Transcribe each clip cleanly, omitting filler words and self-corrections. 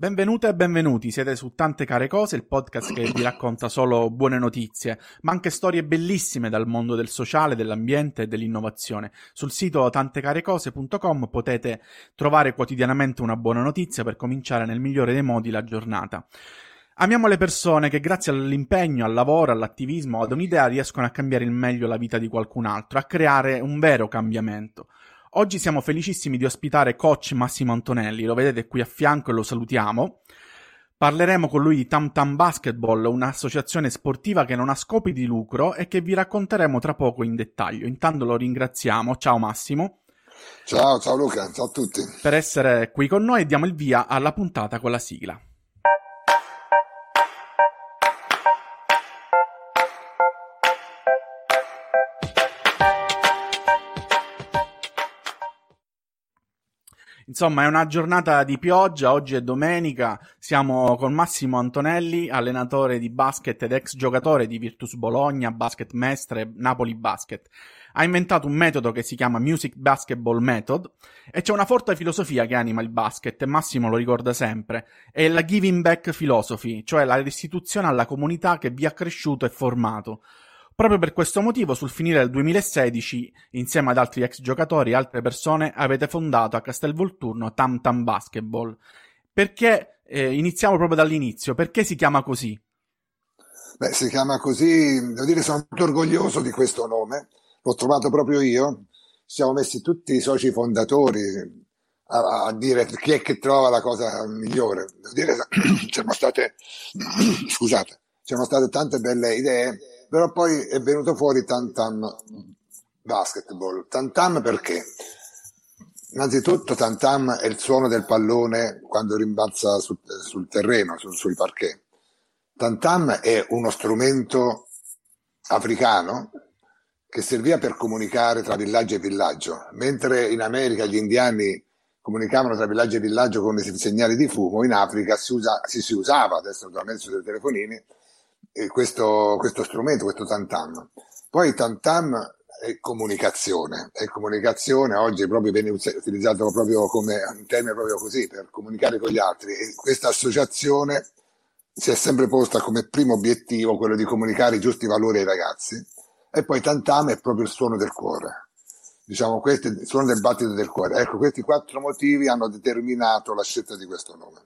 Benvenute e benvenuti, siete su Tante Care Cose, il podcast che vi racconta solo buone notizie, ma anche storie bellissime dal mondo del sociale, dell'ambiente e dell'innovazione. Sul sito tantecarecose.com potete trovare quotidianamente una buona notizia per cominciare nel migliore dei modi la giornata. Amiamo le persone che grazie all'impegno, al lavoro, all'attivismo, ad un'idea riescono a cambiare in meglio la vita di qualcun altro, a creare un vero cambiamento. Oggi siamo felicissimi di ospitare coach Massimo Antonelli, lo vedete qui a fianco e lo salutiamo. Parleremo con lui di Tam Tam Basketball, un'associazione sportiva che non ha scopi di lucro e che vi racconteremo tra poco in dettaglio. Intanto lo ringraziamo. Ciao Massimo. Ciao Luca, ciao a tutti. Per essere qui con noi e diamo il via alla puntata con la sigla. Insomma, è una giornata di pioggia, oggi è domenica, siamo con Massimo Antonelli, allenatore di basket ed ex giocatore di Virtus Bologna, Basket Mestre, Napoli Basket. Ha inventato un metodo che si chiama Music Basketball Method e c'è una forte filosofia che anima il basket e Massimo lo ricorda sempre, è la Giving Back Philosophy, cioè la restituzione alla comunità che vi ha cresciuto e formato. Proprio per questo motivo, sul finire del 2016, insieme ad altri ex giocatori e altre persone, avete fondato a Castelvolturno Tam Tam Basketball. Perché, iniziamo proprio dall'inizio, perché si chiama così? Beh, si chiama così, devo dire, sono molto orgoglioso di questo nome, l'ho trovato proprio io, ci siamo messi tutti i soci fondatori a dire chi è che trova la cosa migliore. Devo dire, c'erano state tante belle idee, però poi è venuto fuori Tam Tam Basketball. Tam Tam perché? Innanzitutto Tam Tam è il suono del pallone quando rimbalza sul terreno, sui parquet. Tam Tam è uno strumento africano che serviva per comunicare tra villaggio e villaggio. Mentre in America gli indiani comunicavano tra villaggio e villaggio con i segnali di fumo, in Africa si usava, adesso naturalmente sui telefonini, questo strumento, questo Tam Tam. Poi Tam Tam è comunicazione, oggi proprio viene utilizzato proprio come un termine proprio così, per comunicare con gli altri, e questa associazione si è sempre posta come primo obiettivo quello di comunicare i giusti valori ai ragazzi, e poi Tam Tam è proprio il suono del cuore, diciamo, questo è il suono del battito del cuore. Ecco, questi 4 motivi hanno determinato la scelta di questo nome.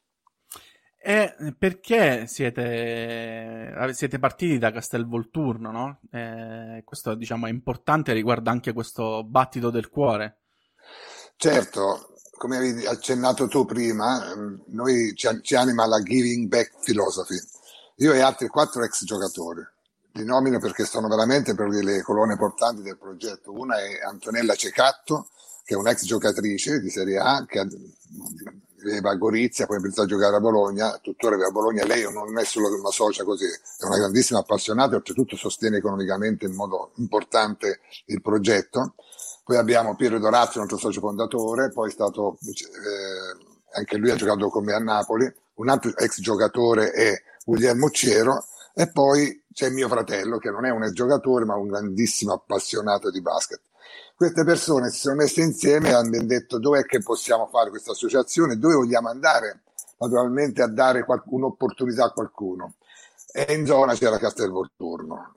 E perché siete partiti da Castelvolturno, no? Questo, diciamo, è importante, riguarda anche questo battito del cuore. Certo, come avevi accennato tu prima, noi ci anima la Giving Back Philosophy. Io e altri 4 ex giocatori, li nomino perché sono veramente proprio le colonne portanti del progetto. Una è Antonella Cecatto, che è un'ex giocatrice di Serie A, che viveva a Gorizia, poi ha iniziato a giocare a Bologna, tuttora vive a Bologna. Lei non è solo una socia così, è una grandissima appassionata e oltretutto sostiene economicamente in modo importante il progetto. Poi abbiamo Piero Dorazio, un altro socio fondatore, poi è stato, anche lui ha giocato con me a Napoli, un altro ex giocatore è Guglielmo Ciero, e poi c'è mio fratello che non è un ex giocatore ma un grandissimo appassionato di basket. Queste persone si sono messe insieme e hanno detto dov'è che possiamo fare questa associazione, dove vogliamo andare naturalmente a dare un'opportunità a qualcuno. E in zona c'era Castelvolturno.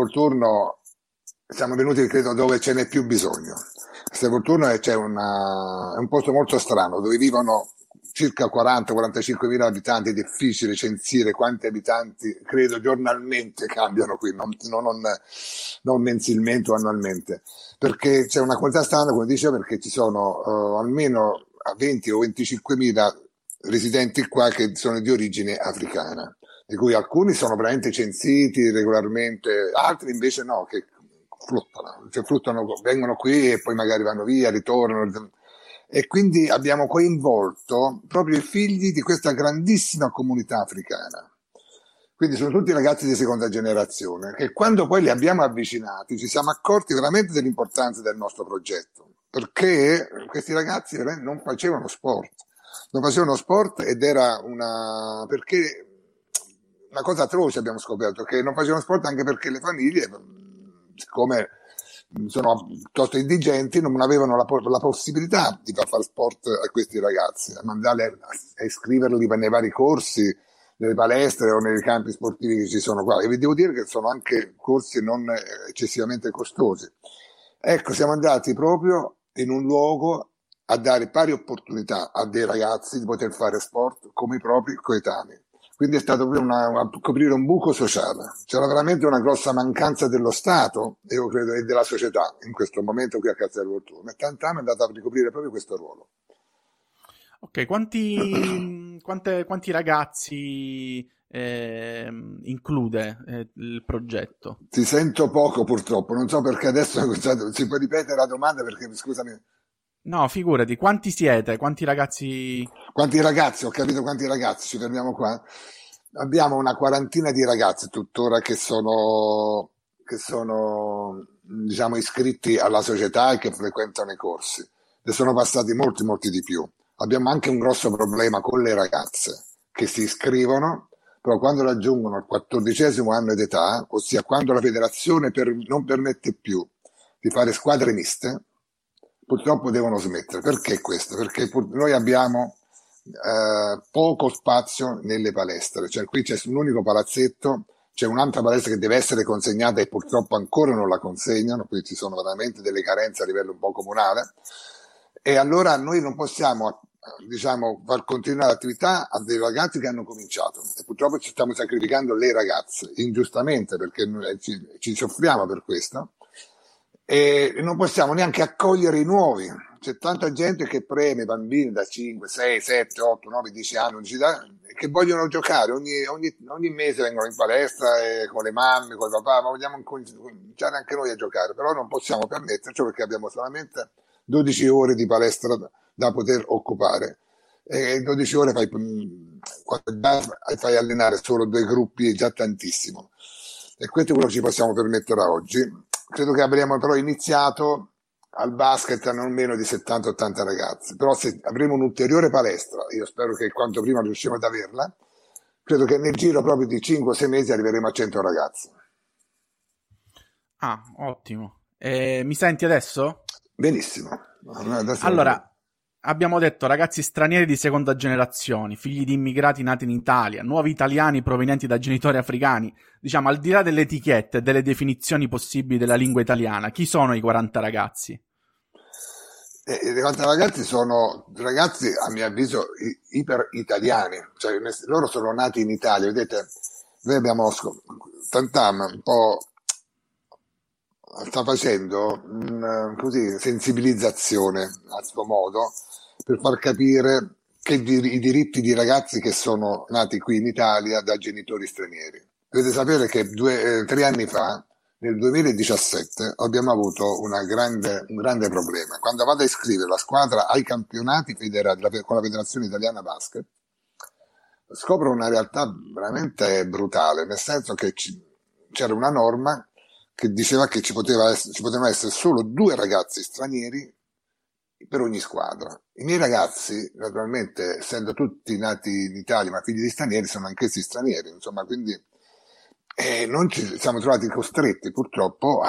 Siamo venuti, credo, dove ce n'è più bisogno. Castelvolturno è un posto molto strano, dove vivono circa 40-45 mila abitanti. È difficile censire quanti abitanti, credo, giornalmente cambiano qui, non mensilmente o annualmente, perché c'è una qualità strana, come dicevo, perché ci sono almeno 20 o 25 mila residenti qua che sono di origine africana, di cui alcuni sono veramente censiti regolarmente, altri invece no, che fluttano, vengono qui e poi magari vanno via, ritornano, e quindi abbiamo coinvolto proprio i figli di questa grandissima comunità africana. Quindi sono tutti ragazzi di seconda generazione che quando poi li abbiamo avvicinati ci siamo accorti veramente dell'importanza del nostro progetto, perché questi ragazzi non facevano sport ed era perché una cosa atroce, abbiamo scoperto, che non facevano sport anche perché le famiglie, siccome sono piuttosto indigenti, non avevano la possibilità di fare sport a questi ragazzi, a mandarli a iscriverli nei vari corsi, nelle palestre o nei campi sportivi che ci sono qua. E vi devo dire che sono anche corsi non eccessivamente costosi. Ecco, siamo andati proprio in un luogo a dare pari opportunità a dei ragazzi di poter fare sport come i propri coetanei. Quindi è stato a coprire un buco sociale. C'era veramente una grossa mancanza dello Stato, io credo, e della società in questo momento qui a Castello Volturno. E Tantam è andato a ricoprire proprio questo ruolo. Ok, quanti ragazzi include il progetto? Ti sento poco purtroppo, non so perché adesso si può ripetere la domanda perché scusami. No, figurati, quanti siete? Quanti ragazzi? Quanti ragazzi? Ho capito quanti ragazzi, ci fermiamo qua. Abbiamo una quarantina di ragazzi tuttora che sono diciamo iscritti alla società e che frequentano i corsi. Ne sono passati molti di più. Abbiamo anche un grosso problema con le ragazze che si iscrivono, però quando raggiungono il 14° anno d'età, ossia quando la federazione non permette più di fare squadre miste, purtroppo devono smettere. Perché questo? Perché noi abbiamo poco spazio nelle palestre, cioè qui c'è un unico palazzetto, c'è un'altra palestra che deve essere consegnata e purtroppo ancora non la consegnano, quindi ci sono veramente delle carenze a livello un po' comunale, e allora noi non possiamo diciamo far continuare l'attività a dei ragazzi che hanno cominciato e purtroppo ci stiamo sacrificando le ragazze ingiustamente perché noi ci soffriamo per questo e non possiamo neanche accogliere i nuovi. C'è tanta gente che preme bambini da 5, 6, 7, 8, 9, 10 anni, 11 anni che vogliono giocare, ogni mese vengono in palestra con le mamme, con i papà, ma vogliamo cominciare anche noi a giocare, però non possiamo permetterci perché abbiamo solamente 12 ore di palestra da poter occupare e 12 ore fai allenare solo 2 gruppi è già tantissimo e questo è quello che ci possiamo permettere oggi. Credo che avremo però iniziato al basket a non meno di 70-80 ragazzi, però se avremo un'ulteriore palestra, io spero che quanto prima riusciamo ad averla, credo che nel giro proprio di 5-6 mesi arriveremo a 100 ragazzi. Ah, ottimo. Mi senti adesso? Benissimo. Allora, abbiamo detto ragazzi stranieri di seconda generazione, figli di immigrati nati in Italia, nuovi italiani provenienti da genitori africani. Diciamo, al di là delle etichette e delle definizioni possibili della lingua italiana, chi sono i 40 ragazzi? I 40 ragazzi sono ragazzi, a mio avviso, iper italiani, cioè loro sono nati in Italia. Vedete, noi abbiamo Tantam un po' sta facendo così sensibilizzazione a suo modo per far capire che i diritti di ragazzi che sono nati qui in Italia da genitori stranieri. Dovete sapere che 3 anni fa, nel 2017, abbiamo avuto un grande problema. Quando vado a iscrivere la squadra ai campionati federati con la Federazione Italiana Basket, scopro una realtà veramente brutale, nel senso che c'era una norma che diceva che ci potevano essere solo 2 ragazzi stranieri per ogni squadra. I miei ragazzi, naturalmente, essendo tutti nati in Italia ma figli di stranieri, sono anch'essi stranieri, insomma, quindi non ci siamo trovati costretti purtroppo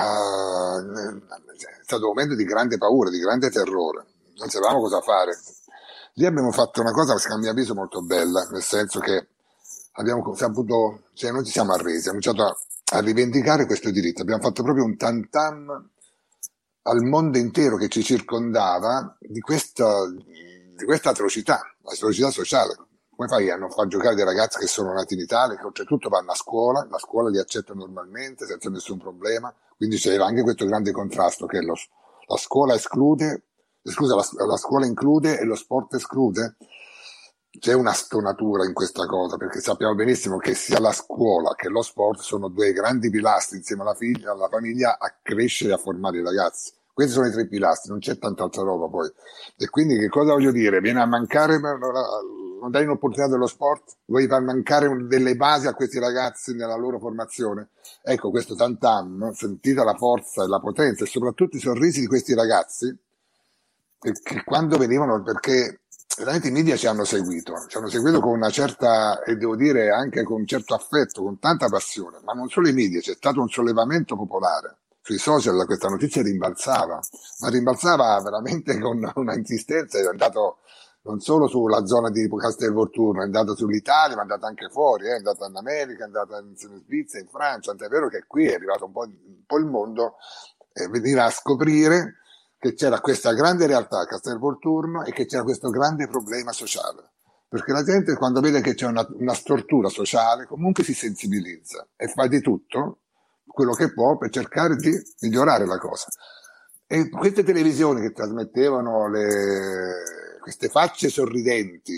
è stato un momento di grande paura, di grande terrore, non sapevamo cosa fare. Lì abbiamo fatto una cosa che a mio avviso molto bella, nel senso che abbiamo saputo, cioè non ci siamo arresi, abbiamo cominciato a rivendicare questo diritto, abbiamo fatto proprio un tantam al mondo intero che ci circondava di questa atrocità sociale. Come fai a non far giocare dei ragazzi che sono nati in Italia, che oltretutto vanno a scuola, la scuola li accetta normalmente senza nessun problema, quindi c'era anche questo grande contrasto che la scuola esclude, scusa, la scuola include e lo sport esclude. C'è una stonatura in questa cosa, perché sappiamo benissimo che sia la scuola che lo sport sono 2 grandi pilastri insieme alla famiglia a crescere e a formare i ragazzi. Questi sono i 3 pilastri, non c'è tanta altra roba poi. E quindi che cosa voglio dire? Viene a mancare, non dai un'opportunità dello sport? Vuoi far mancare delle basi a questi ragazzi nella loro formazione? Ecco, questo tantam, sentita la forza e la potenza e soprattutto i sorrisi di questi ragazzi, che quando venivano, perché veramente i media ci hanno seguito con una certa, e devo dire anche con un certo affetto, con tanta passione, ma non solo i media, c'è stato un sollevamento popolare sui social questa notizia rimbalzava, ma rimbalzava veramente con una insistenza, è andato non solo sulla zona di Castelvolturno, è andato sull'Italia, ma è andato anche fuori, è andato in America, è andato in Svizzera, in Francia, tant'è vero che qui è arrivato un po' il mondo e veniva a scoprire che c'era questa grande realtà a Castelvolturno e che c'era questo grande problema sociale. Perché la gente quando vede che c'è una stortura sociale comunque si sensibilizza e fa di tutto quello che può per cercare di migliorare la cosa. E queste televisioni che trasmettevano queste facce sorridenti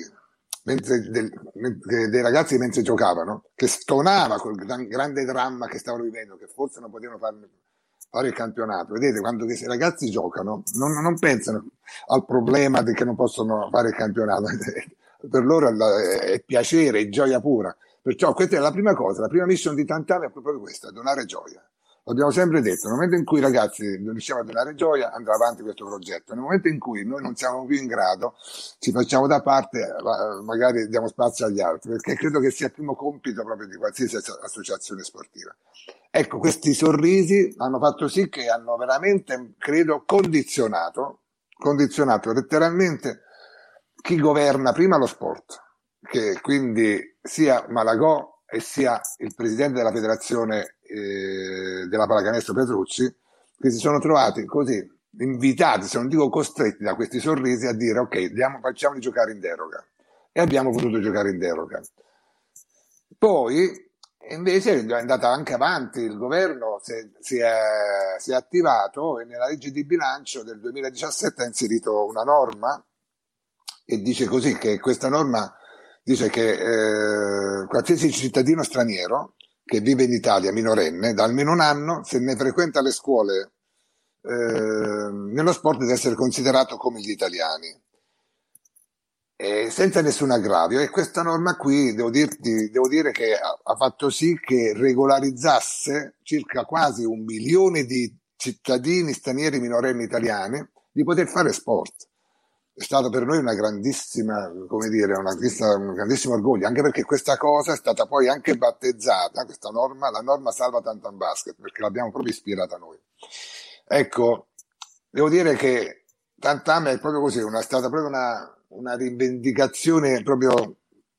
dei ragazzi mentre giocavano, che stonava quel grande dramma che stavano vivendo, che forse non potevano fare il campionato. Vedete, quando questi ragazzi giocano non pensano al problema di che non possono fare il campionato. Per loro è piacere, è gioia pura. Perciò questa è la prima cosa, la prima mission di Tantam è proprio questa, donare gioia. L'abbiamo sempre detto, nel momento in cui i ragazzi non riusciamo a donare gioia andrà avanti questo progetto, nel momento in cui noi non siamo più in grado ci facciamo da parte, magari diamo spazio agli altri, perché credo che sia il primo compito proprio di qualsiasi associazione sportiva. Ecco, questi sorrisi hanno fatto sì che hanno veramente, credo, condizionato letteralmente chi governa prima lo sport, che quindi sia Malagò e sia il presidente della federazione della pallacanestro Petrucci, che si sono trovati così invitati, se non dico costretti da questi sorrisi a dire ok, facciamoli giocare in deroga, e abbiamo potuto giocare in deroga. Poi invece è andata anche avanti, il governo si è attivato e nella legge di bilancio del 2017 ha inserito una norma e dice così, che questa norma dice che qualsiasi cittadino straniero che vive in Italia minorenne da almeno un anno, se ne frequenta le scuole nello sport, deve essere considerato come gli italiani, senza nessun aggravio. E questa norma qui devo dire che ha fatto sì che regolarizzasse circa quasi 1 milione di cittadini stranieri minorenni italiani di poter fare sport. È stato per noi una grandissima, come dire, un grandissimo orgoglio, anche perché questa cosa è stata poi anche battezzata, questa norma, la norma Salva Tantam Basket, perché l'abbiamo proprio ispirata noi. Ecco, devo dire che Tantam è proprio così, è stata proprio una rivendicazione proprio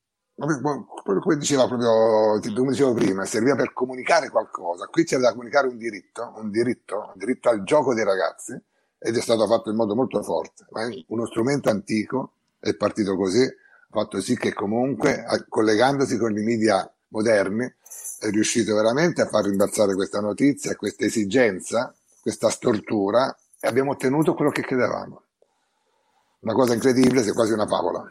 come diceva proprio, come dicevo prima, serviva per comunicare qualcosa. Qui c'era da comunicare un diritto al gioco dei ragazzi, ed è stato fatto in modo molto forte. Uno strumento antico è partito così, ha fatto sì che comunque, collegandosi con i media moderni, è riuscito veramente a far rimbalzare questa notizia, questa esigenza, questa stortura, e abbiamo ottenuto quello che chiedevamo. Una cosa incredibile, è quasi una favola.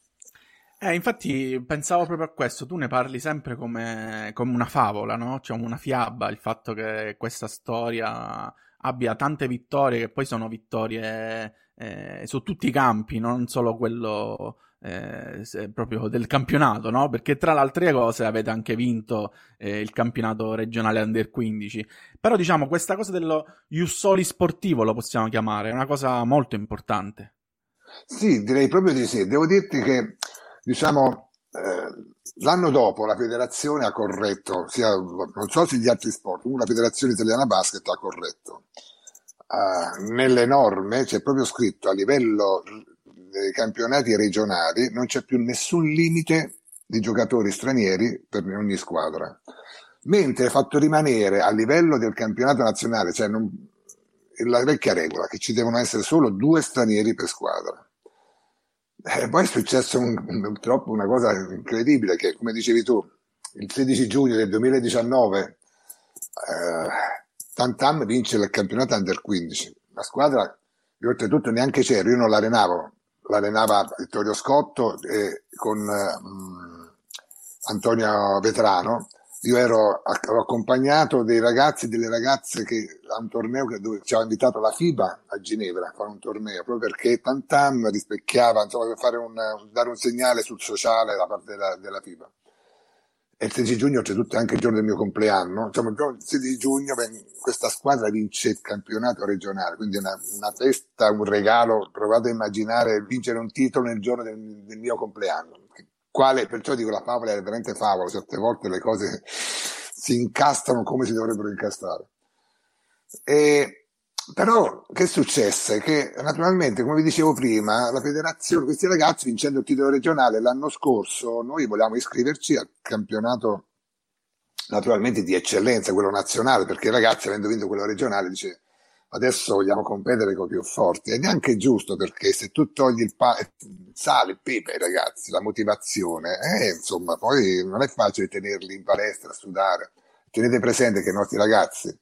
Infatti pensavo proprio a questo, tu ne parli sempre come una favola, no? Cioè una fiaba, il fatto che questa storia abbia tante vittorie, che poi sono vittorie su tutti i campi, non solo quello proprio del campionato, no? Perché tra le altre cose avete anche vinto il campionato regionale Under 15. Però diciamo, questa cosa dello ius soli sportivo lo possiamo chiamare, è una cosa molto importante. Sì, direi proprio di sì. Devo dirti che, diciamo, l'anno dopo la federazione ha corretto, non so se gli altri sport, la federazione italiana basket ha corretto. Nelle norme c'è proprio scritto a livello dei campionati regionali non c'è più nessun limite di giocatori stranieri per ogni squadra, mentre è fatto rimanere a livello del campionato nazionale, cioè la vecchia regola che ci devono essere solo 2 stranieri per squadra. Poi è successo purtroppo una cosa incredibile, che come dicevi tu, il 16 giugno del 2019 Tantam vince il campionato Under 15. La squadra, io oltretutto neanche c'ero, io non l'allenava Vittorio Scotto con Antonio Vetrano. Io ero accompagnato dei ragazzi e delle ragazze a un torneo dove ci aveva invitato la FIBA a Ginevra a fare un torneo, proprio perché Tantam rispecchiava, insomma, per dare un segnale sul sociale da parte della FIBA. E il 16 giugno, oltretutto, è anche il giorno del mio compleanno. Insomma, il 16 giugno questa squadra vince il campionato regionale, quindi una festa, un regalo. Provate a immaginare vincere un titolo nel giorno del mio compleanno. Perciò dico, la favola è veramente favola, certe volte le cose si incastrano come si dovrebbero incastrare. E, però che successe? Che naturalmente, come vi dicevo prima, la federazione, questi ragazzi vincendo il titolo regionale l'anno scorso, noi volevamo iscriverci al campionato naturalmente di eccellenza, quello nazionale, perché i ragazzi avendo vinto quello regionale dice adesso vogliamo competere con i più forti, ed è anche giusto, perché se tu togli il sale, il pepe ai ragazzi, la motivazione, insomma poi non è facile tenerli in palestra a sudare. Tenete presente che i nostri ragazzi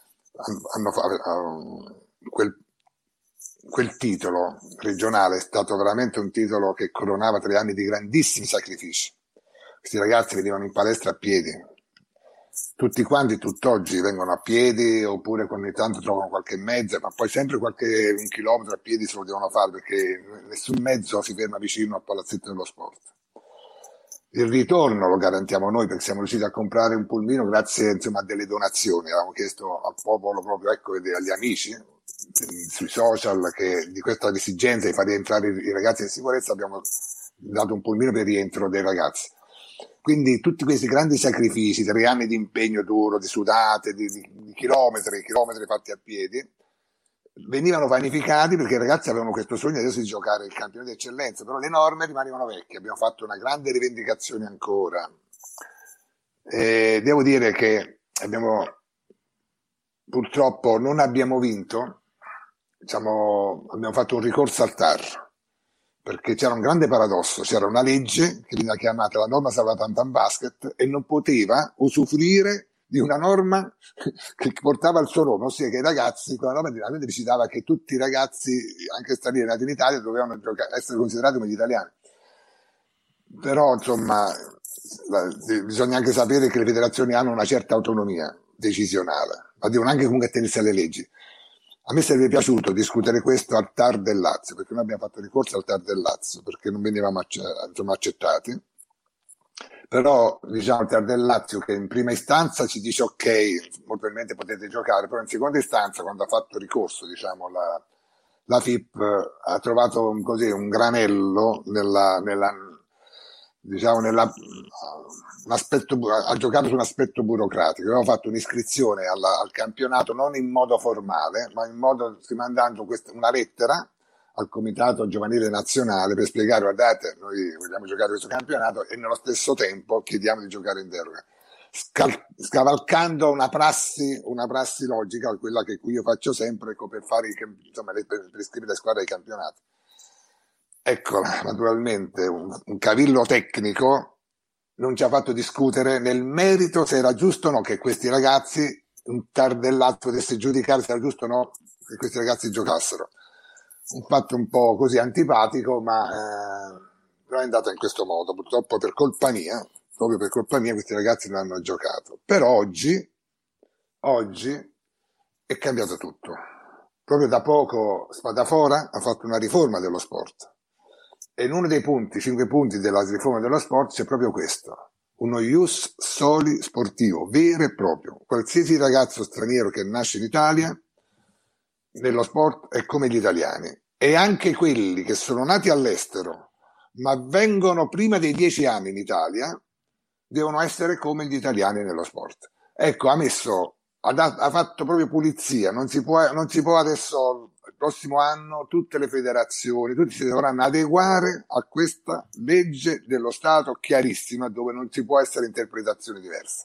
quel titolo regionale è stato veramente un titolo che coronava 3 anni di grandissimi sacrifici. Questi ragazzi venivano in palestra a piedi, tutti quanti tutt'oggi vengono a piedi, oppure ogni tanto trovano qualche mezzo, ma poi sempre un chilometro a piedi se lo devono fare, perché nessun mezzo si ferma vicino al palazzetto dello sport. Il ritorno lo garantiamo noi, perché siamo riusciti a comprare un pulmino grazie, insomma, a delle donazioni. Avevamo chiesto al popolo, proprio, ecco, agli amici sui social, che di questa esigenza di far rientrare i ragazzi in sicurezza, abbiamo dato un pulmino per il rientro dei ragazzi. Quindi tutti questi grandi sacrifici, 3 anni di impegno duro, di sudate, di chilometri fatti a piedi, venivano vanificati, perché i ragazzi avevano questo sogno adesso di giocare il campionato di eccellenza, però le norme rimanevano vecchie. Abbiamo fatto una grande rivendicazione ancora, e devo dire che purtroppo non abbiamo vinto, diciamo, abbiamo fatto un ricorso al TAR, perché c'era un grande paradosso: c'era una legge che veniva chiamata la norma Salva Tantam Basket e non poteva usufruire di una norma che portava il suo nome, ossia che i ragazzi, quella norma finalmente decideva che tutti i ragazzi, anche stranieri nati in Italia, dovevano essere considerati come gli italiani. Però insomma bisogna anche sapere che le federazioni hanno una certa autonomia decisionale, ma devono anche comunque tenersi alle leggi. A me sarebbe piaciuto discutere questo al TAR del Lazio, perché noi abbiamo fatto ricorso al TAR del Lazio perché non venivamo accettati. Però diciamo il TAR del Lazio, che in prima istanza ci dice ok, molto probabilmente potete giocare, però in seconda istanza, quando ha fatto ricorso, diciamo, la FIP ha trovato un granello ha giocato su un aspetto burocratico. Avevamo fatto un'iscrizione al campionato non in modo formale, ma mandando una lettera al Comitato Giovanile Nazionale per spiegare: guardate, noi vogliamo giocare questo campionato e nello stesso tempo chiediamo di giocare in deroga, scavalcando una prassi logica, quella che io faccio sempre, per fare per iscrivere le squadre ai campionati. Ecco, naturalmente un cavillo tecnico non ci ha fatto discutere nel merito se era giusto o no che questi ragazzi, un TAR del Lazio, potesse giudicare se era giusto o no che questi ragazzi giocassero. Un fatto un po' così antipatico, ma però è andata in questo modo. Purtroppo proprio per colpa mia, questi ragazzi non hanno giocato. Però oggi è cambiato tutto. Proprio da poco Spadafora ha fatto una riforma dello sport. E in uno dei 5 punti della riforma dello sport c'è proprio questo: uno ius soli sportivo, vero e proprio. Qualsiasi ragazzo straniero che nasce in Italia, nello sport è come gli italiani. E anche quelli che sono nati all'estero, ma vengono prima dei 10 anni in Italia, devono essere come gli italiani nello sport. Ecco, ha fatto proprio pulizia. Non si può adesso, il prossimo anno, tutte le federazioni, tutti si dovranno adeguare a questa legge dello Stato chiarissima, dove non ci può essere interpretazione diversa.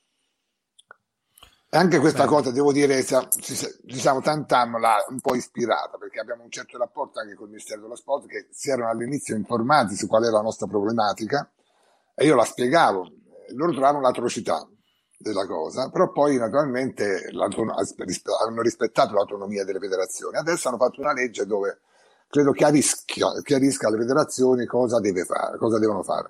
E anche questa cosa, devo dire, diciamo, Tantam l'ha un po' ispirata, perché abbiamo un certo rapporto anche con il Ministero dello Sport, che si erano all'inizio informati su qual era la nostra problematica, e io la spiegavo. Loro trovavano l'atrocità della cosa, però poi naturalmente hanno rispettato l'autonomia delle federazioni. Adesso hanno fatto una legge dove credo chiarisca alle federazioni cosa devono fare.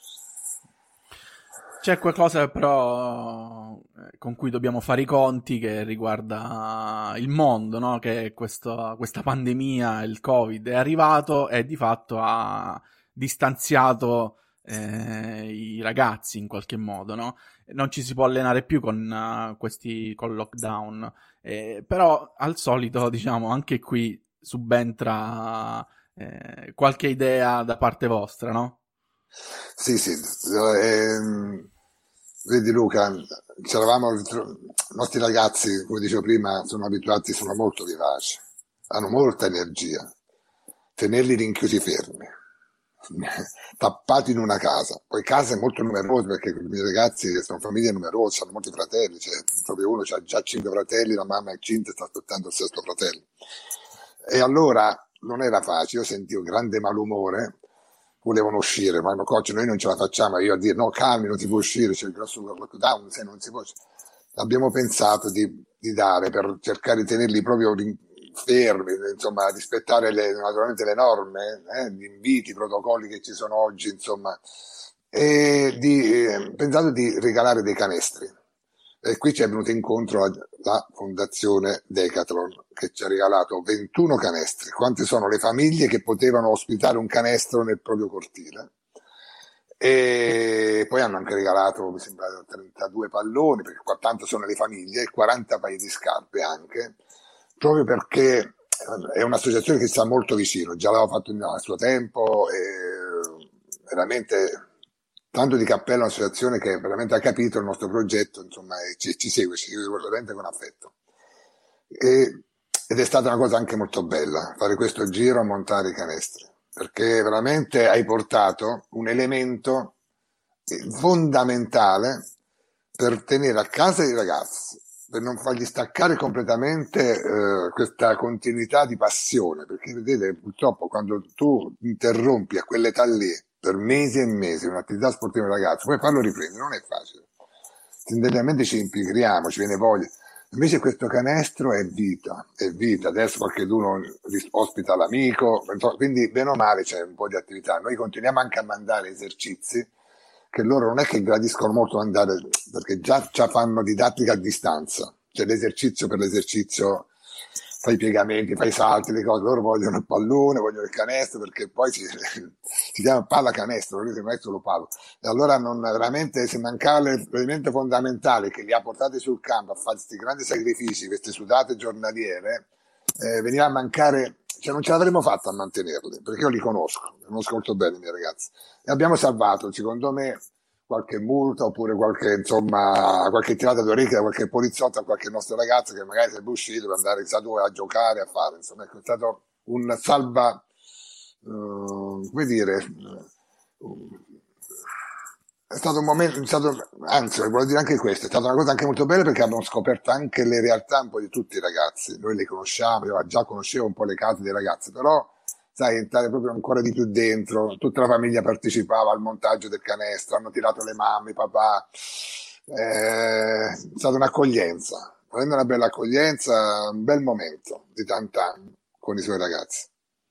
C'è qualcosa però con cui dobbiamo fare i conti, che riguarda il mondo, no? Che questa pandemia, il Covid, è arrivato e di fatto ha distanziato i ragazzi in qualche modo, no? Non ci si può allenare più con lockdown, però al solito, diciamo, anche qui subentra qualche idea da parte vostra, no? Sì, Vedi Luca, i nostri ragazzi, come dicevo prima, sono abituati, sono molto vivaci, hanno molta energia. Tenerli rinchiusi fermi, tappati in una casa, poi case molto numerose perché i miei ragazzi sono famiglie numerose, hanno molti fratelli, cioè, proprio uno ha già 5 fratelli, la mamma è incinta e sta aspettando il sesto fratello. E allora non era facile, io sentivo grande malumore, volevano uscire, ma hanno coach, noi non ce la facciamo, io a dire no, calmi, non si può uscire, c'è il grosso lockdown, se non si può. Abbiamo pensato di dare per cercare di tenerli proprio fermi, insomma, rispettare naturalmente le norme, gli inviti, i protocolli che ci sono oggi, insomma, e pensato di regalare dei canestri. E qui ci è venuta incontro la Fondazione Decathlon che ci ha regalato 21 canestri. Quante sono le famiglie che potevano ospitare un canestro nel proprio cortile? E poi hanno anche regalato, mi sembra, 32 palloni, perché qua tanto sono le famiglie, e 40 paia di scarpe anche, proprio perché è un'associazione che sta molto vicino, già l'aveva fatto a suo tempo, e veramente tanto di cappello all'associazione che veramente ha capito il nostro progetto, insomma, e ci segue veramente con affetto. Ed è stata una cosa anche molto bella fare questo giro a montare i canestri, perché veramente hai portato un elemento fondamentale per tenere a casa i ragazzi, per non fargli staccare completamente questa continuità di passione, perché vedete purtroppo quando tu interrompi a quell'età lì per mesi e mesi un'attività sportiva di ragazzi, poi farlo riprendere non è facile, tendenzialmente ci impigriamo, ci viene voglia. Invece questo canestro è vita, adesso qualcuno ospita l'amico, quindi bene o male c'è un po' di attività. Noi continuiamo anche a mandare esercizi che loro non è che gradiscono molto mandare, perché già fanno didattica a distanza, cioè l'esercizio per l'esercizio, fai i piegamenti, fai i salti, le cose, loro vogliono il pallone, vogliono il canestro, perché poi si chiama palla canestro, non è solo palo. E allora veramente se mancava l'elemento fondamentale che li ha portati sul campo a fare questi grandi sacrifici, queste sudate giornaliere, veniva a mancare, cioè non ce l'avremmo fatta a mantenerli, perché io li conosco molto bene i miei ragazzi. E abbiamo salvato, secondo me, qualche multa oppure qualche tirata d'orecchie da qualche poliziotto a qualche nostro ragazzo che magari sarebbe uscito per andare chissà dove a giocare, a fare, insomma, ecco, è stato un salva, come dire, è stato un momento, anzi, voglio dire anche questo, è stata una cosa anche molto bella perché abbiamo scoperto anche le realtà un po' di tutti i ragazzi, noi le conosciamo, io già conoscevo un po' le case dei ragazzi, però sai, entrare proprio ancora di più dentro, tutta la famiglia partecipava al montaggio del canestro, hanno tirato le mamme, i papà, è stata un'accoglienza, avendo una bella accoglienza, un bel momento di Tantan con i suoi ragazzi.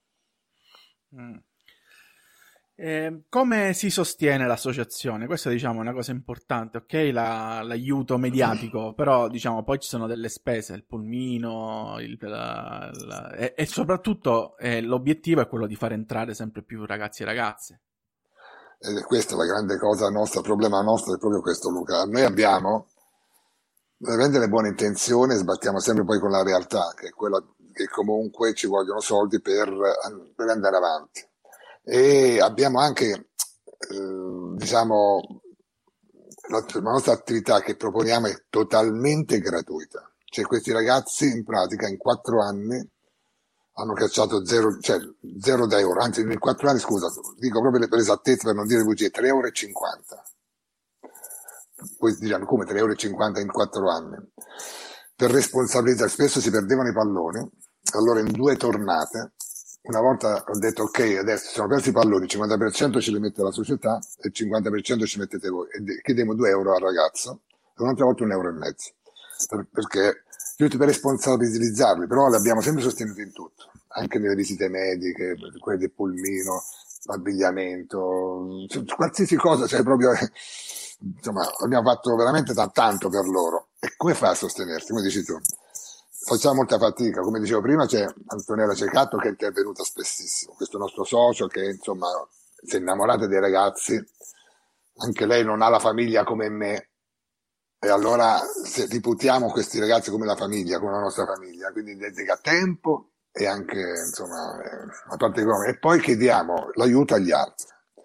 Come si sostiene l'associazione? Questa diciamo è una cosa importante, ok? L'aiuto mediatico, però diciamo poi ci sono delle spese, il pulmino, e soprattutto l'obiettivo è quello di far entrare sempre più ragazzi e ragazze. Ed è questa la grande cosa nostra, il problema nostro è proprio questo, Luca. Noi abbiamo veramente le buone intenzioni, sbattiamo sempre poi con la realtà, che è quella che comunque ci vogliono soldi per andare avanti. E abbiamo anche, diciamo, la nostra attività che proponiamo è totalmente gratuita. Cioè questi ragazzi in pratica in 4 anni hanno cacciato 0 euro, anzi in 4 anni, scusa, dico proprio per esattezza per non dire bugie, 3,50 euro. Poi diranno come 3,50 euro in 4 anni? Per responsabilizzare, spesso si perdevano i palloni, allora in 2 tornate, una volta ho detto ok, adesso sono persi i palloni, il 50% ce li mette la società e il 50% ci mettete voi, e chiediamo 2 euro al ragazzo e un'altra volta 1,5 euro, perché giusto per responsabilizzarli, però li abbiamo sempre sostenuti in tutto, anche nelle visite mediche, quelle del pulmino, l'abbigliamento, qualsiasi cosa, cioè proprio, insomma, abbiamo fatto veramente tanto per loro. E come fai a sostenerti? Come dici tu? Facciamo molta fatica, come dicevo prima c'è Antonella Cecatto che è intervenuta spessissimo, questo nostro socio che insomma si è innamorata dei ragazzi, anche lei non ha la famiglia come me, e allora se riputiamo questi ragazzi come la famiglia, come la nostra famiglia, quindi dedica tempo e anche insomma a parte economica, e poi chiediamo l'aiuto agli altri.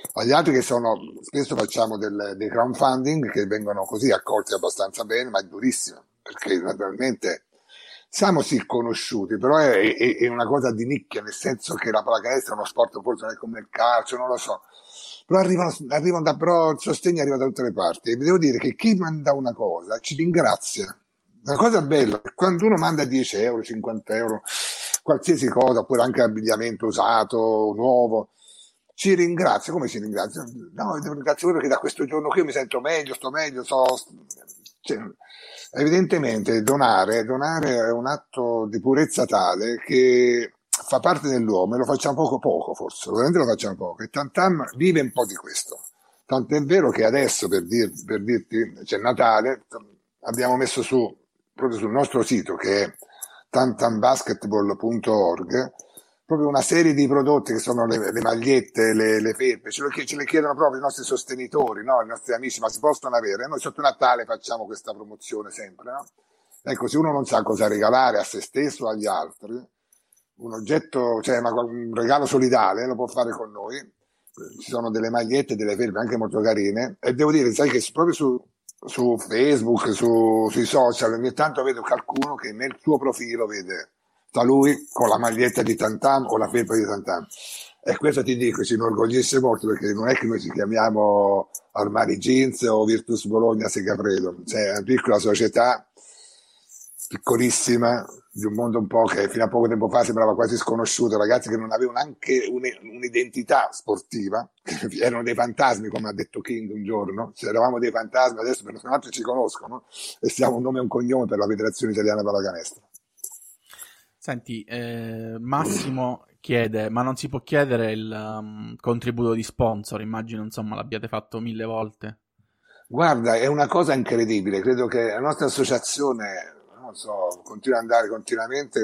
Agli altri che sono, spesso facciamo dei crowdfunding che vengono così accolti abbastanza bene, ma è durissimo, perché naturalmente siamo sì conosciuti, però è una cosa di nicchia, nel senso che la pallacanestro è uno sport forse non è come il calcio, non lo so, però però il sostegno arriva da tutte le parti e vi devo dire che chi manda una cosa ci ringrazia. La cosa bella, quando uno manda 10 euro, 50 euro, qualsiasi cosa, oppure anche abbigliamento usato, nuovo, ci ringrazia. Come ci ringrazia? No, devo ringraziare perché da questo giorno qui io mi sento meglio, sto meglio, cioè, evidentemente donare è un atto di purezza tale che fa parte dell'uomo e lo facciamo poco forse, veramente lo facciamo poco. E Tantam vive un po' di questo. Tanto è vero che adesso, per dirti, c'è Natale, abbiamo messo su, proprio sul nostro sito, che è tantambasketball.org, proprio una serie di prodotti che sono le magliette, le felpe, ce le chiedono proprio i nostri sostenitori, no? I nostri amici, ma si possono avere? Noi sotto Natale facciamo questa promozione sempre, no? Ecco, se uno non sa cosa regalare a se stesso o agli altri, un oggetto, cioè un regalo solidale, lo può fare con noi. Ci sono delle magliette, delle felpe anche molto carine, e devo dire, sai che proprio su Facebook, sui social, ogni tanto vedo qualcuno che nel suo profilo vede sta lui con la maglietta di Tantam o la felpa di Tantam. E questo ti dico, ci inorgoglisce molto, perché non è che noi ci chiamiamo Armani Jeans o Virtus Bologna Segafredo, cioè è una piccola società piccolissima di un mondo un po' che fino a poco tempo fa sembrava quasi sconosciuto, ragazzi che non avevano neanche un'identità sportiva, erano dei fantasmi, come ha detto King un giorno, cioè, eravamo dei fantasmi, adesso per altri ci conoscono e siamo un nome e un cognome per la Federazione Italiana Pallacanestro. Senti, Massimo chiede, ma non si può chiedere il contributo di sponsor? Immagino, insomma, l'abbiate fatto 1000 volte. Guarda, è una cosa incredibile, credo che la nostra associazione, non so, continua ad andare continuamente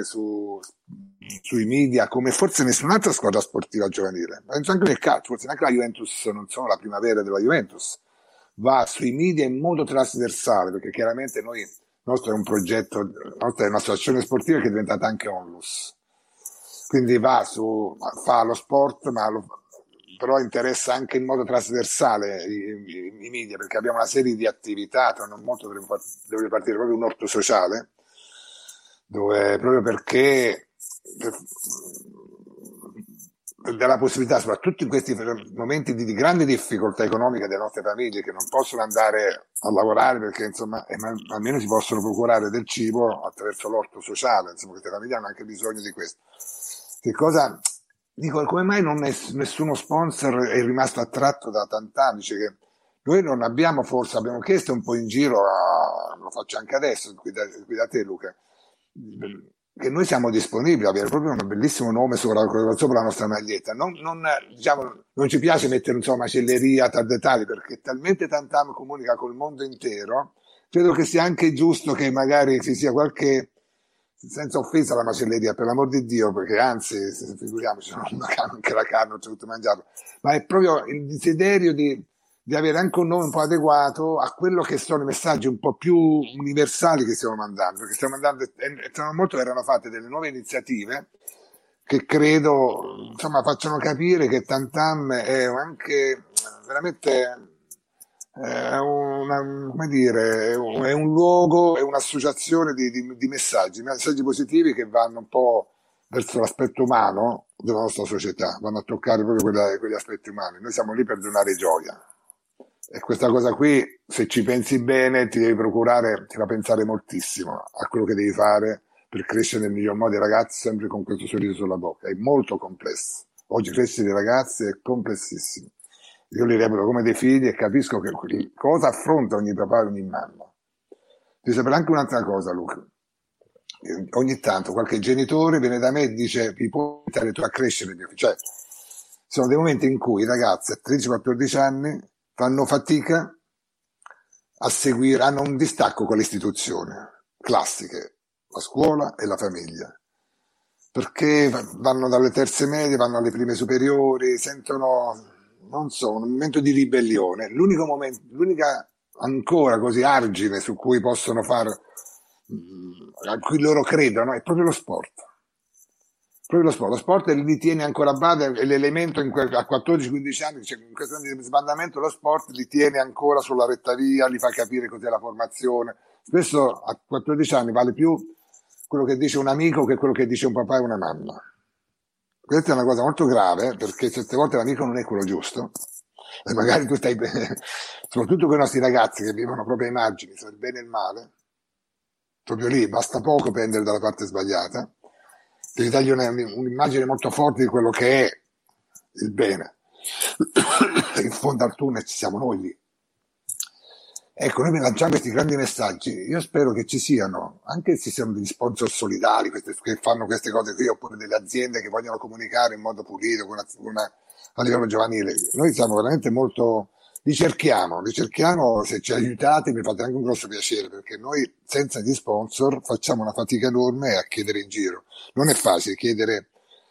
sui media come forse nessun'altra squadra sportiva giovanile, penso anche nel calcio, forse neanche la Juventus, non so, la primavera della Juventus, va sui media in modo trasversale, perché chiaramente il nostro è un progetto, la nostra è un'associazione sportiva che è diventata anche onlus, quindi fa lo sport, però interessa anche in modo trasversale i media, perché abbiamo una serie di attività, tra non molto dovrebbe partire proprio un orto sociale, dove proprio perché dà la possibilità, soprattutto in questi momenti di grande difficoltà economica delle nostre famiglie, che non possono andare a lavorare perché insomma almeno si possono procurare del cibo attraverso l'orto sociale, insomma queste famiglie hanno anche bisogno di questo. Che cosa dico, come mai nessuno sponsor è rimasto attratto da Tantam? Dice che noi non abbiamo, forse abbiamo chiesto un po' in giro, lo faccio anche adesso qui da te Luca, che noi siamo disponibili, avere proprio un bellissimo nome sopra la nostra maglietta. Diciamo, non ci piace mettere insomma macelleria, dettagli, perché talmente Tantam comunica col mondo intero, credo che sia anche giusto che magari ci sia qualche, senza offesa alla macelleria, per l'amor di Dio, perché anzi, figuriamoci, anche la carne, ho tutto mangiato, ma è proprio il desiderio di avere anche un nome un po' adeguato a quello che sono i messaggi un po' più universali che stiamo mandando, perché stiamo mandando, molto erano fatte delle nuove iniziative che credo, insomma, facciano capire che Tantam è anche veramente come dire, è un luogo, è un'associazione di messaggi positivi che vanno un po' verso l'aspetto umano della nostra società, vanno a toccare proprio quegli aspetti umani. Noi siamo lì per donare gioia. E questa cosa qui, se ci pensi bene, ti fa pensare moltissimo a quello che devi fare per crescere nel miglior modo i ragazzi, sempre con questo sorriso sulla bocca. È molto complesso. Oggi crescere i ragazzi è complessissimo. Io li reputo come dei figli e capisco che cosa affronta ogni papà e ogni mamma. Devi sapere anche un'altra cosa, Luca. Ogni tanto qualche genitore viene da me e dice: mi puoi aiutare tu a crescere mio figlio? Cioè, sono dei momenti in cui i ragazzi a 13-14 anni fanno fatica a seguire, hanno un distacco con le istituzioni classiche, la scuola e la famiglia, perché vanno dalle terze medie, vanno alle prime superiori, sentono, non so, un momento di ribellione. L'unica ancora così argine su cui possono a cui loro credono è proprio lo sport. Proprio lo sport li tiene ancora a bada, è l'elemento a 14-15 anni, cioè in questo anno di sbandamento lo sport li tiene ancora sulla retta via, li fa capire cos'è la formazione. Spesso a 14 anni vale più quello che dice un amico che quello che dice un papà e una mamma. Questa è una cosa molto grave, perché certe volte l'amico non è quello giusto, e magari tu stai bene, soprattutto con i nostri ragazzi che vivono proprio immagini, il bene e il male, proprio lì basta poco prendere dalla parte sbagliata, devi dargli un'immagine molto forte di quello che è il bene. In fondo al tunnel ci siamo noi lì. Ecco, noi lanciamo questi grandi messaggi. Io spero che ci siano, anche se ci siano degli sponsor solidali che fanno queste cose qui, oppure delle aziende che vogliono comunicare in modo pulito a livello giovanile. Noi siamo veramente molto. Li cerchiamo, se ci aiutate mi fate anche un grosso piacere, perché noi senza gli sponsor facciamo una fatica enorme a chiedere in giro. Non è facile chiedere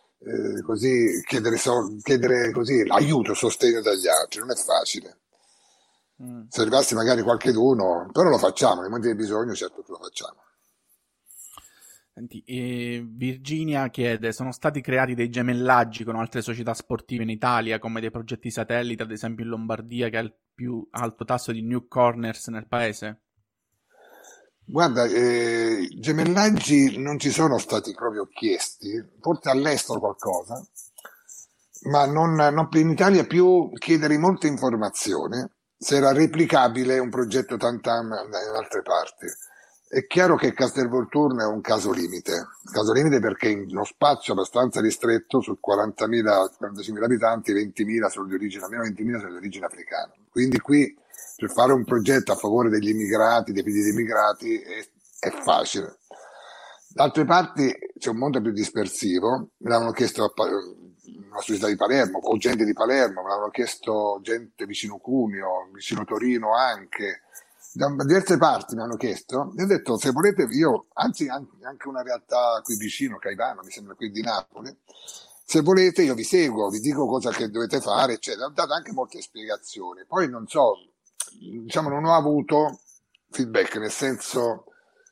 così l'aiuto, sostegno dagli altri, non è facile. Se arrivasse magari qualcheduno, però lo facciamo, nei momenti di bisogno certo che lo facciamo. Senti, Virginia chiede: sono stati creati dei gemellaggi con altre società sportive in Italia, come dei progetti satellite, ad esempio in Lombardia, che ha il più alto tasso di new corners nel paese? Guarda, gemellaggi non ci sono stati proprio chiesti, forse all'estero qualcosa, ma non in Italia più chiedere molte informazioni se era replicabile un progetto Tantam in altre parti. È chiaro che Castelvolturno è un caso limite perché in uno spazio abbastanza ristretto, su 40.000-45.000 abitanti, 20.000 sono di origine, almeno 20.000 sono di origine africana. Quindi qui per fare un progetto a favore degli immigrati, dei figli di immigrati, è facile. Da altre parti c'è un mondo più dispersivo, me l'hanno chiesto una società di Palermo, o gente di Palermo, me l'hanno chiesto gente vicino Cuneo, vicino Torino anche, da diverse parti mi hanno chiesto, e ho detto se volete anzi anche una realtà qui vicino, Caivano, mi sembra qui di Napoli, se volete io vi seguo, vi dico cosa che dovete fare, eccetera. Ho dato anche molte spiegazioni, poi non so, diciamo non ho avuto feedback, nel senso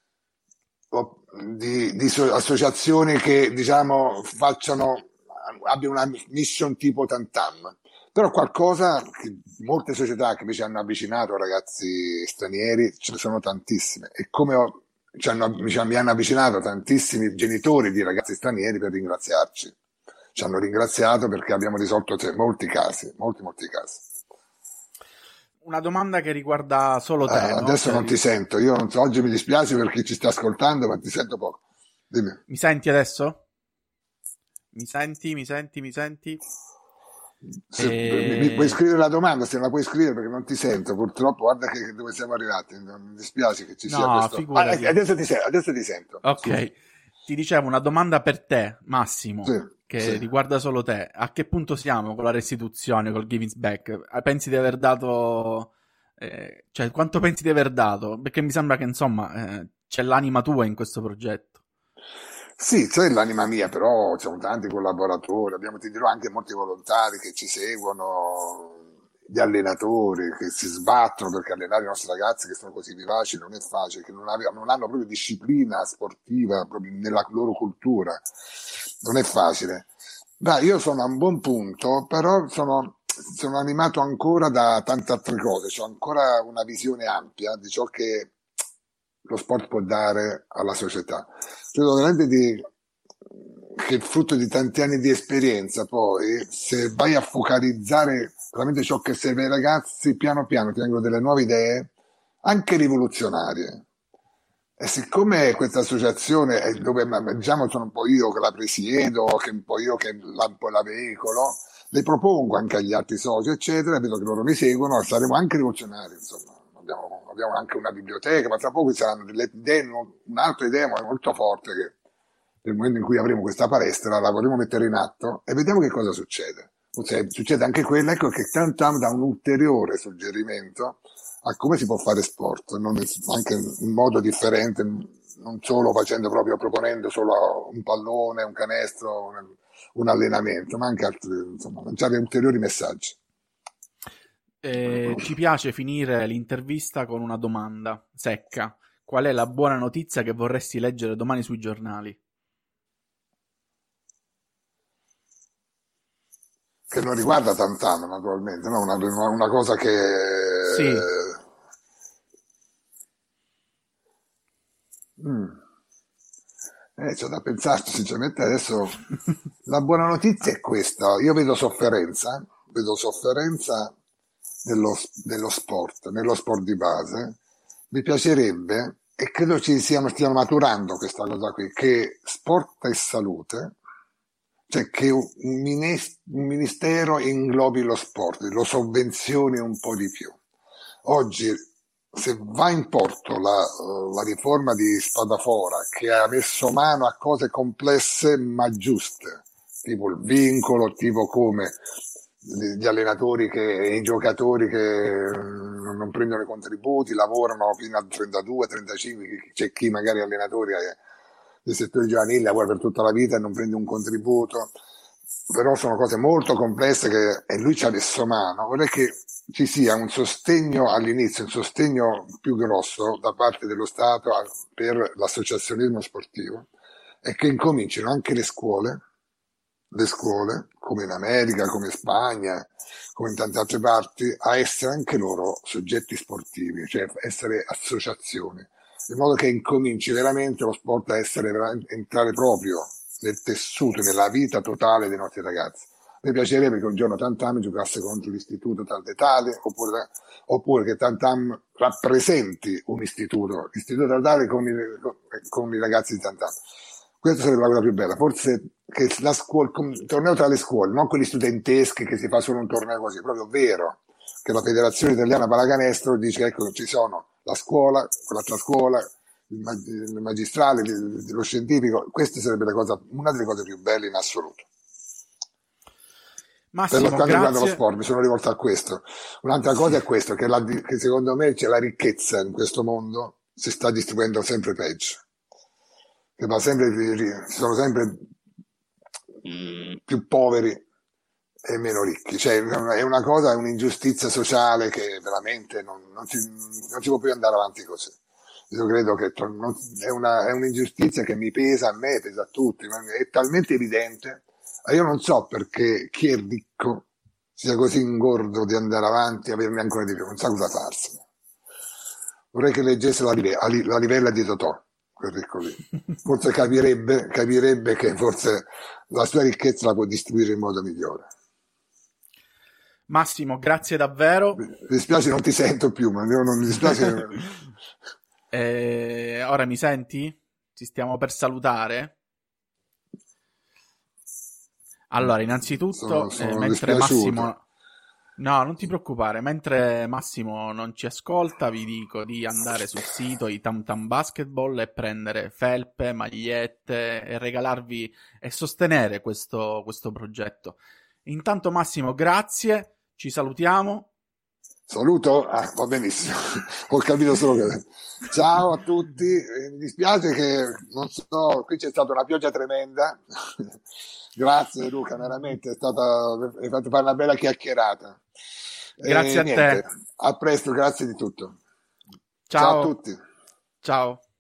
di associazioni che diciamo abbiano una mission tipo Tantam, però qualcosa che molte società che invece hanno avvicinato ragazzi stranieri ce ne sono tantissime, e come mi hanno avvicinato tantissimi genitori di ragazzi stranieri per ringraziarci, ci hanno ringraziato perché abbiamo risolto molti casi. Una domanda che riguarda solo te, no? Adesso non ti sento, io non so, oggi mi dispiace per chi ci sta ascoltando, ma ti sento poco. Dimmi. Mi senti adesso? Mi senti? Mi puoi scrivere la domanda, se non la puoi scrivere perché non ti sento, purtroppo, guarda che dove siamo arrivati, mi dispiace che ci sia questo. Figurati. Adesso ti sento. Ok, Scusa. Ti dicevo una domanda per te, Massimo, che riguarda solo te. A che punto siamo con la restituzione, col giving back? Pensi di aver dato... cioè, quanto pensi di aver dato? Perché mi sembra che, insomma, c'è l'anima tua in questo progetto. Sì, c'è l'anima mia, però siamo tanti collaboratori, ti dirò anche molti volontari che ci seguono, gli allenatori che si sbattono perché allenare i nostri ragazzi che sono così vivaci non è facile, che non hanno proprio disciplina sportiva proprio nella loro cultura, non è facile. Io sono a un buon punto, però sono animato ancora da tante altre cose, ho ancora una visione ampia di ciò che lo sport può dare alla società. Credo veramente che il frutto di tanti anni di esperienza, poi, se vai a focalizzare veramente ciò che serve ai ragazzi, piano piano ti vengono delle nuove idee, anche rivoluzionarie. E siccome questa associazione è dove, diciamo, sono un po' io che la presiedo, che un po' io che la veicolo, le propongo anche agli altri soci, eccetera, vedo che loro mi seguono, saremo anche rivoluzionari, insomma. Abbiamo anche una biblioteca, ma tra poco ci saranno delle idee, un'altra idea molto forte che nel momento in cui avremo questa palestra la vorremmo mettere in atto e vediamo che cosa succede. Succede anche quella, ecco, che Tantam dà un ulteriore suggerimento a come si può fare sport, anche in modo differente, non solo proponendo solo un pallone, un canestro, un allenamento, ma anche altri, insomma, lanciare ulteriori messaggi. Ci piace finire l'intervista con una domanda secca. Qual è la buona notizia che vorresti leggere domani sui giornali? che non riguarda Tantam, naturalmente, no? Una cosa che... Sì. C'è da pensarci, sinceramente adesso la buona notizia è questa, io vedo sofferenza nello sport, nello sport di base. Mi piacerebbe, e credo stiamo maturando questa cosa qui, che sport e salute, cioè che un ministero inglobi lo sport, lo sovvenzioni un po' di più. Oggi, se va in porto la riforma di Spadafora, che ha messo mano a cose complesse ma giuste, tipo il vincolo, tipo come gli allenatori e i giocatori che non prendono i contributi, lavorano fino a 32, 35, c'è chi magari è allenatore del settore giovanile, lavora per tutta la vita e non prende un contributo, però sono cose molto complesse e lui ci ha messo mano. Vorrei che ci sia un sostegno all'inizio, un sostegno più grosso da parte dello Stato per l'associazionismo sportivo e che incomincino anche le scuole, come in America, come in Spagna, come in tante altre parti, a essere anche loro soggetti sportivi, cioè essere associazioni, in modo che incominci veramente lo sport a entrare proprio nel tessuto, nella vita totale dei nostri ragazzi. Mi piacerebbe che un giorno Tantam giocasse contro l'istituto tal e tale, oppure che Tantam rappresenti un istituto tal e tale con i ragazzi di Tantam. Questa sarebbe la cosa più bella, forse che il torneo tra le scuole, non quelli studenteschi che si fa solo un torneo così, proprio vero, che la Federazione Italiana Pallacanestro dice ecco ci sono la scuola, quell'altra scuola, il magistrale, lo scientifico, questa sarebbe una delle cose più belle in assoluto. Massimo, per quanto riguarda lo sport, mi sono rivolto a questo. Un'altra cosa è questo, che secondo me c'è la ricchezza in questo mondo si sta distribuendo sempre peggio. Che sono sempre più poveri e meno ricchi. Cioè, è un'ingiustizia sociale che veramente non si può più andare avanti così. Io credo che è un'ingiustizia che mi pesa a me, pesa a tutti, è talmente evidente. Io non so perché chi è ricco sia così ingordo di andare avanti e averne ancora di più, non sa cosa farsene. Vorrei che leggesse la livella di Totò, quel ricco lì. Forse capirebbe che forse la sua ricchezza la può distribuire in modo migliore. Massimo, grazie davvero. Mi dispiace, non ti sento più, ma non mi dispiace. Ora mi senti? Ci stiamo per salutare. Allora, innanzitutto, mentre Massimo... No, non ti preoccupare, mentre Massimo non ci ascolta, vi dico di andare sul sito di Tam Tam Basketball e prendere felpe, magliette e regalarvi e sostenere questo progetto. Intanto Massimo, grazie, ci salutiamo. Saluto? Va benissimo, ho capito solo che... Ciao a tutti, mi dispiace che, non so, qui c'è stata una pioggia tremenda. Grazie Luca, veramente hai fatto fare una bella chiacchierata. Grazie a te. A presto, grazie di tutto. Ciao a tutti. Ciao.